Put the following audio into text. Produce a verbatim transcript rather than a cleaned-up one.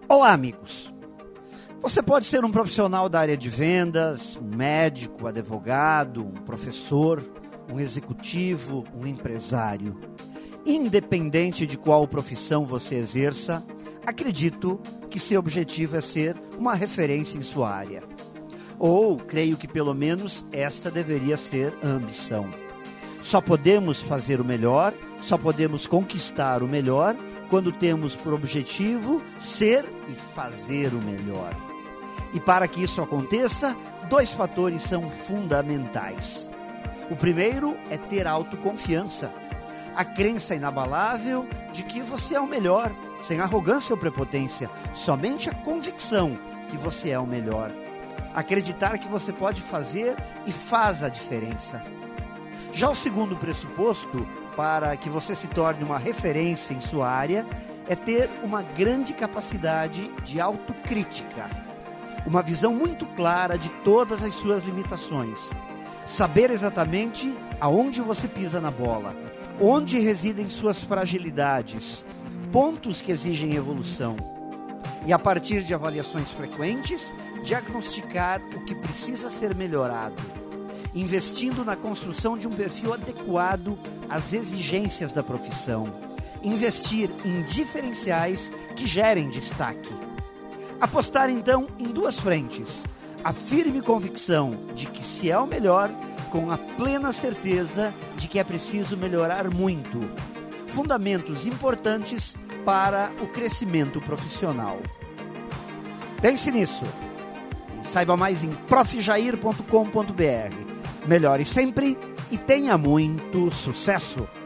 Olá, amigos. Você pode ser um profissional da área de vendas, um médico, advogado, um professor, um executivo, um empresário. Independente de qual profissão você exerça, acredito que seu objetivo é ser uma referência em sua área. Ou, creio que pelo menos esta deveria ser a ambição. Só podemos fazer o melhor, só podemos conquistar o melhor quando temos por objetivo ser e fazer o melhor. E para que isso aconteça, dois fatores são fundamentais. O primeiro é ter autoconfiança, a crença inabalável de que você é o melhor, sem arrogância ou prepotência, somente a convicção que você é o melhor. Acreditar que você pode fazer e faz a diferença. Já o segundo pressuposto para que você se torne uma referência em sua área é ter uma grande capacidade de autocrítica, uma visão muito clara de todas as suas limitações, saber exatamente aonde você pisa na bola, onde residem suas fragilidades, pontos que exigem evolução, e a partir de avaliações frequentes, diagnosticar o que precisa ser melhorado, investindo na construção de um perfil adequado às exigências da profissão, investir em diferenciais que gerem destaque. Apostar então em duas frentes, a firme convicção de que se é o melhor, com a plena certeza de que é preciso melhorar muito. Fundamentos importantes para o crescimento profissional. Pense nisso. Saiba mais em prof jair ponto com ponto b r. Melhore sempre e tenha muito sucesso!